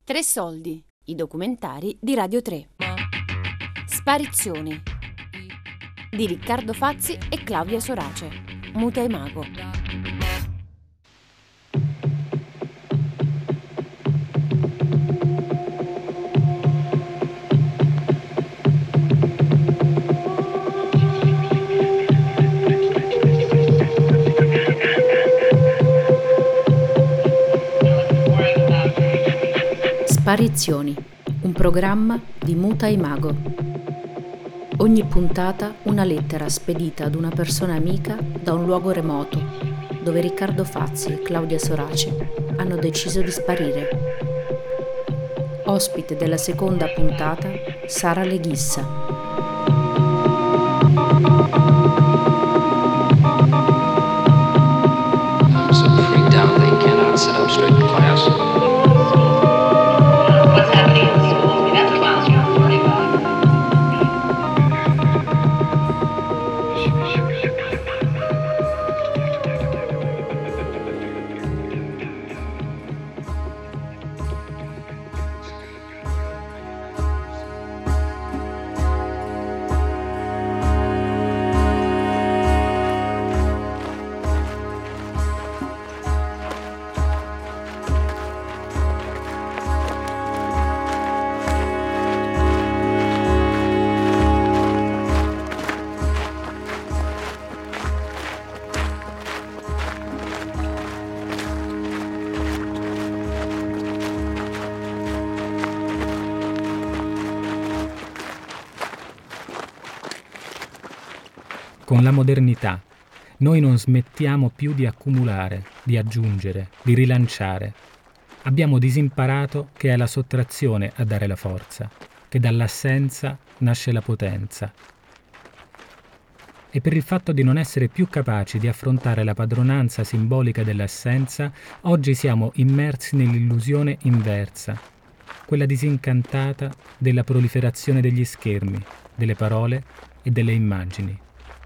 Tre soldi, i documentari di Radio 3. Sparizioni di Riccardo Fazzi e Claudia Sorace. Muta e Mago. Sparizioni, un programma di Muta e Mago. Ogni puntata una lettera spedita ad una persona amica da un luogo remoto, dove Riccardo Fazzi e Claudia Sorace hanno deciso di sparire. Ospite della seconda puntata, Sara Leghissa. I'm so freaked out they cannot sit up straight in class. What's happening in the schools? We have to class you on 45. Con la modernità, noi non smettiamo più di accumulare, di aggiungere, di rilanciare. Abbiamo disimparato che è la sottrazione a dare la forza, che dall'assenza nasce la potenza. E per il fatto di non essere più capaci di affrontare la padronanza simbolica dell'assenza, oggi siamo immersi nell'illusione inversa, quella disincantata della proliferazione degli schermi, delle parole e delle immagini.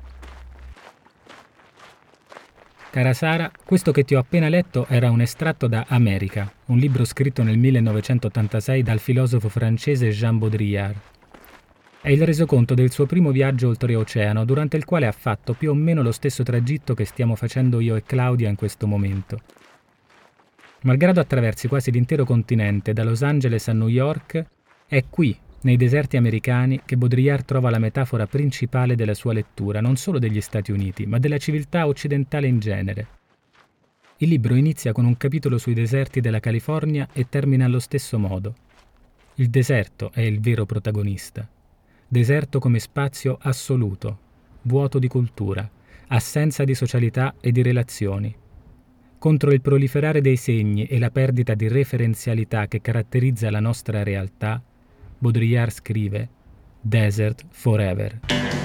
Cara Sara, questo che ti ho appena letto era un estratto da America, un libro scritto nel 1986 dal filosofo francese Jean Baudrillard. È il resoconto del suo primo viaggio oltreoceano, durante il quale ha fatto più o meno lo stesso tragitto che stiamo facendo io e Claudia in questo momento. Malgrado attraversi quasi l'intero continente, da Los Angeles a New York, è qui, nei deserti americani, che Baudrillard trova la metafora principale della sua lettura, non solo degli Stati Uniti, ma della civiltà occidentale in genere. Il libro inizia con un capitolo sui deserti della California e termina allo stesso modo. Il deserto è il vero protagonista. Deserto come spazio assoluto, vuoto di cultura, assenza di socialità e di relazioni. Contro il proliferare dei segni e la perdita di referenzialità che caratterizza la nostra realtà, Baudrillard scrive Desert Forever.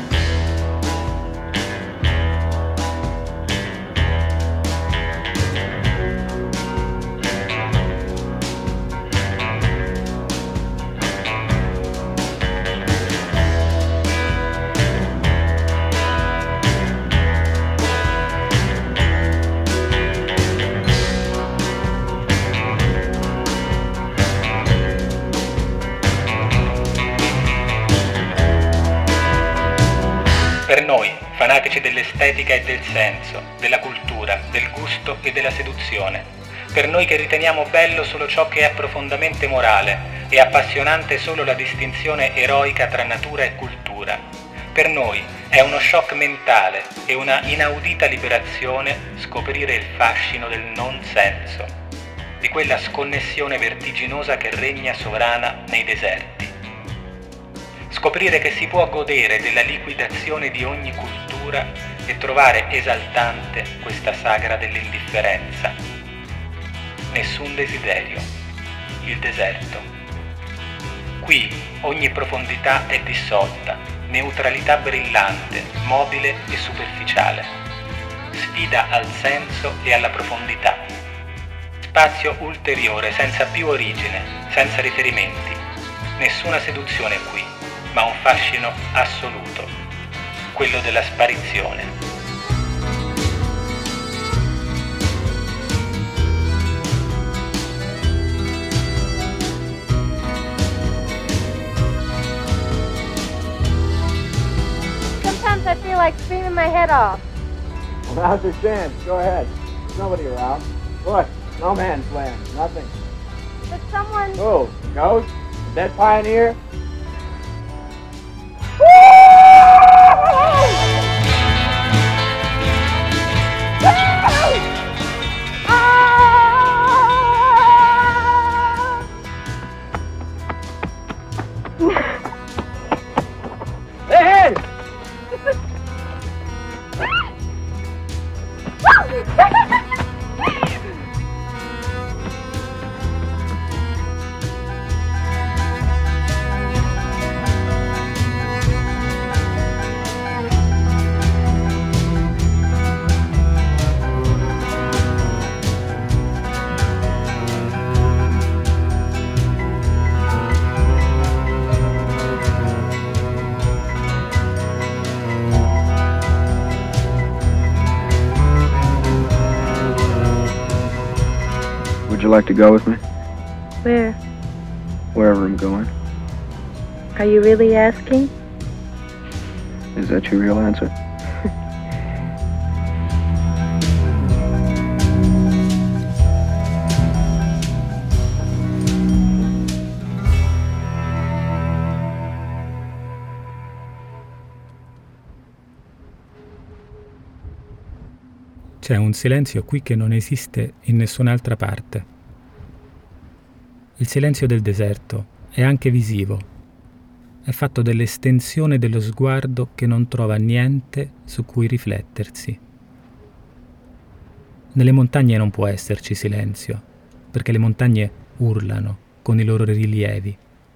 Per noi, fanatici dell'estetica e del senso, della cultura, del gusto e della seduzione, per noi che riteniamo bello solo ciò che è profondamente morale e appassionante solo la distinzione eroica tra natura e cultura, per noi è uno shock mentale e una inaudita liberazione scoprire il fascino del non senso, di quella sconnessione vertiginosa che regna sovrana nei deserti. Scoprire che si può godere della liquidazione di ogni cultura e trovare esaltante questa sagra dell'indifferenza. Nessun desiderio, il deserto. Qui ogni profondità è dissolta, neutralità brillante, mobile e superficiale. Sfida al senso e alla profondità. Spazio ulteriore, senza più origine, senza riferimenti. Nessuna seduzione qui, ma un fascino assoluto, quello della sparizione. I feel like screaming my head off. Well, now's your chance. Go ahead. There's nobody around. Look, no man's land. Nothing. But someone... Who? The ghost? The dead pioneer? Hey! Would you like to go with me? Where? Wherever I'm going. Are you really asking? Is that your real answer? C'è un silenzio qui che non esiste in nessun'altra parte. Il silenzio del deserto è anche visivo. È fatto dell'estensione dello sguardo che non trova niente su cui riflettersi. Nelle montagne non può esserci silenzio, perché le montagne urlano con i loro rilievi.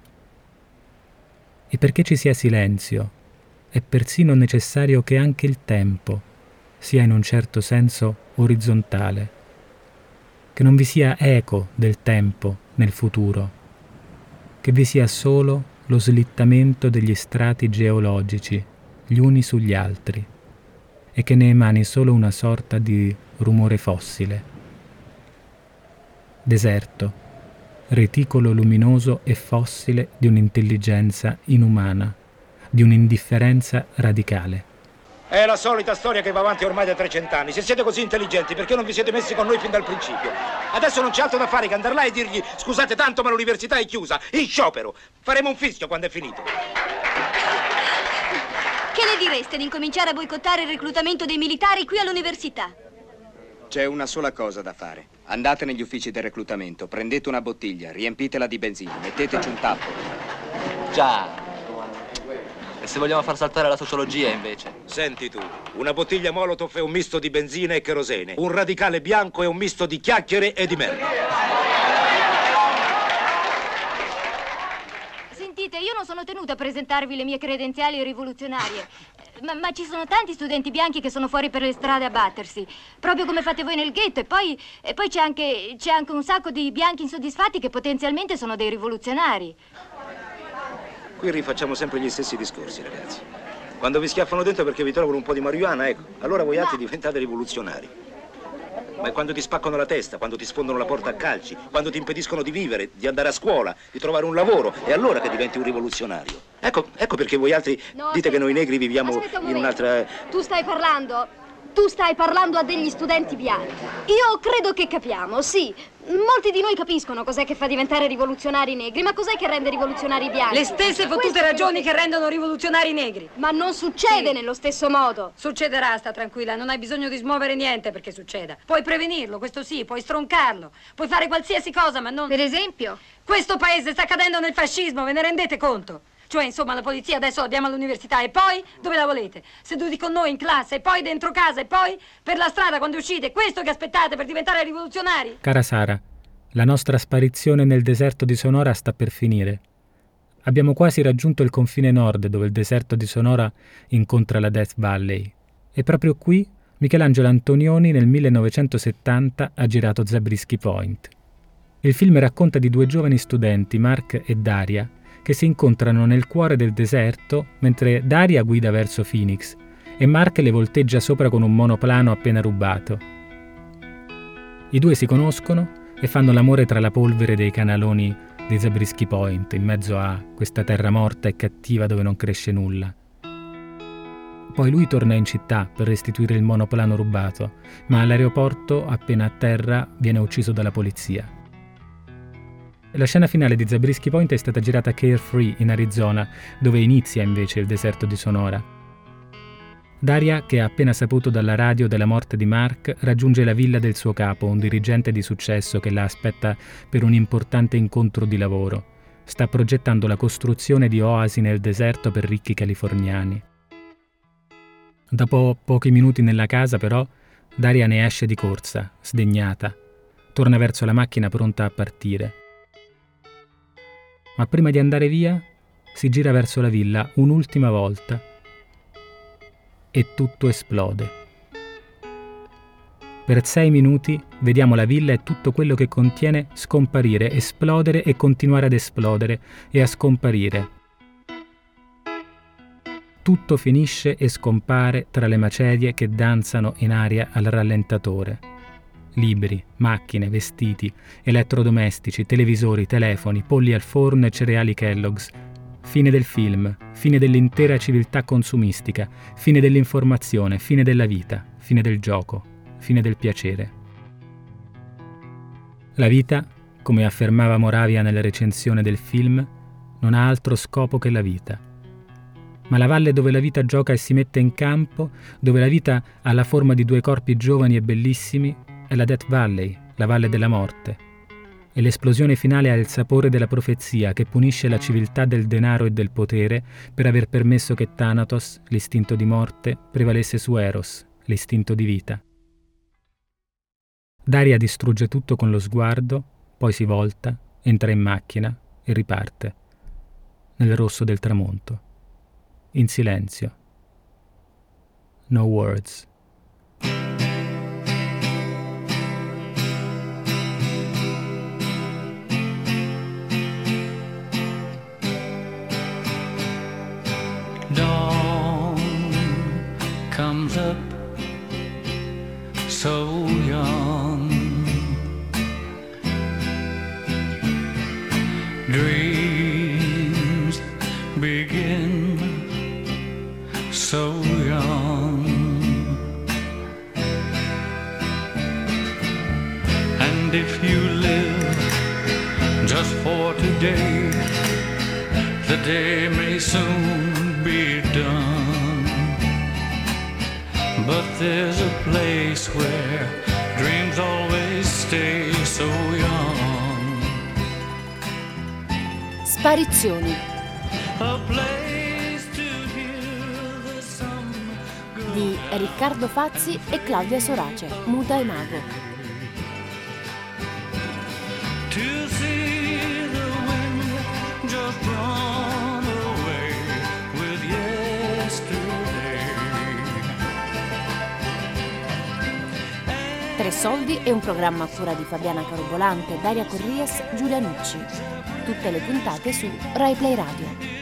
E perché ci sia silenzio, è persino necessario che anche il tempo sia in un certo senso orizzontale, che non vi sia eco del tempo nel futuro, che vi sia solo lo slittamento degli strati geologici gli uni sugli altri e che ne emani solo una sorta di rumore fossile. Deserto, reticolo luminoso e fossile di un'intelligenza inumana, di un'indifferenza radicale. È la solita storia che va avanti ormai da 300 anni. Se siete così intelligenti, perché non vi siete messi con noi fin dal principio? Adesso non c'è altro da fare che andare là e dirgli: scusate tanto, ma l'università è chiusa, in sciopero. Faremo un fischio quando è finito. Che ne direste di incominciare a boicottare il reclutamento dei militari qui all'università? C'è una sola cosa da fare. Andate negli uffici del reclutamento, prendete una bottiglia, riempitela di benzina, metteteci un tappo. Già. E se vogliamo far saltare la sociologia, invece? Senti tu, una bottiglia Molotov è un misto di benzina e kerosene. Un radicale bianco è un misto di chiacchiere e di merda. Sentite, io non sono tenuta a presentarvi le mie credenziali rivoluzionarie, ma ci sono tanti studenti bianchi che sono fuori per le strade a battersi, proprio come fate voi nel ghetto, e poi c'è anche un sacco di bianchi insoddisfatti che potenzialmente sono dei rivoluzionari. Qui rifacciamo sempre gli stessi discorsi, ragazzi. Quando vi schiaffano dentro perché vi trovano un po' di marijuana, ecco, allora voi altri diventate rivoluzionari. Ma è quando ti spaccano la testa, quando ti sfondono la porta a calci, quando ti impediscono di vivere, di andare a scuola, di trovare un lavoro, è allora che diventi un rivoluzionario. Ecco perché voi altri dite che noi negri viviamo in un'altra... Tu stai parlando a degli studenti bianchi. Io credo che capiamo, sì. Molti di noi capiscono cos'è che fa diventare rivoluzionari negri, ma cos'è che rende rivoluzionari bianchi? Le stesse fottute ragioni che rendono rivoluzionari negri. Ma non succede nello stesso modo. Succederà, sta tranquilla, non hai bisogno di smuovere niente perché succeda. Puoi prevenirlo, questo sì, puoi stroncarlo, puoi fare qualsiasi cosa, ma non... Per esempio? Questo paese sta cadendo nel fascismo, ve ne rendete conto? Cioè, insomma, la polizia adesso l'abbiamo all'università e poi dove la volete? Seduti con noi in classe e poi dentro casa e poi per la strada quando uscite. Questo che aspettate per diventare rivoluzionari? Cara Sara, la nostra sparizione nel deserto di Sonora sta per finire. Abbiamo quasi raggiunto il confine nord dove il deserto di Sonora incontra la Death Valley. E proprio qui Michelangelo Antonioni nel 1970 ha girato Zabriskie Point. Il film racconta di due giovani studenti, Mark e Daria, che si incontrano nel cuore del deserto mentre Daria guida verso Phoenix e Mark le volteggia sopra con un monoplano appena rubato. I due si conoscono e fanno l'amore tra la polvere dei canaloni di Zabriskie Point, in mezzo a questa terra morta e cattiva dove non cresce nulla. Poi lui torna in città per restituire il monoplano rubato, ma all'aeroporto, appena a terra, viene ucciso dalla polizia. La scena finale di Zabriskie Point è stata girata a Carefree, in Arizona, dove inizia invece il deserto di Sonora. Daria, che ha appena saputo dalla radio della morte di Mark, raggiunge la villa del suo capo, un dirigente di successo che la aspetta per un importante incontro di lavoro. Sta progettando la costruzione di oasi nel deserto per ricchi californiani. Dopo pochi minuti nella casa, però, Daria ne esce di corsa, sdegnata. Torna verso la macchina pronta a partire. Ma prima di andare via, si gira verso la villa un'ultima volta e tutto esplode. Per 6 minuti vediamo la villa e tutto quello che contiene scomparire, esplodere e continuare ad esplodere e a scomparire. Tutto finisce e scompare tra le macerie che danzano in aria al rallentatore. Libri, macchine, vestiti, elettrodomestici, televisori, telefoni, polli al forno e cereali Kellogg's. Fine del film, fine dell'intera civiltà consumistica, fine dell'informazione, fine della vita, fine del gioco, fine del piacere. La vita, come affermava Moravia nella recensione del film, non ha altro scopo che la vita. Ma la valle dove la vita gioca e si mette in campo, dove la vita ha la forma di 2 corpi giovani e bellissimi, è la Death Valley, la valle della morte. E l'esplosione finale ha il sapore della profezia che punisce la civiltà del denaro e del potere per aver permesso che Thanatos, l'istinto di morte, prevalesse su Eros, l'istinto di vita. Daria distrugge tutto con lo sguardo, poi si volta, entra in macchina e riparte, nel rosso del tramonto, in silenzio. No words. Dawn comes up so young, dreams begin so young, and if you live just for today, the day may soon be done, but there's a place where dreams always stay so young. Sparizioni A place to hear the sun go di Riccardo Fazzi e Claudia Sorace, Muta e Mago. to see the wind just run away with yesterday. 3 soldi è un programma a cura di Fabiana Carobolante, Daria Corrias, Giulia Nucci. Tutte le puntate su Rai Play Radio.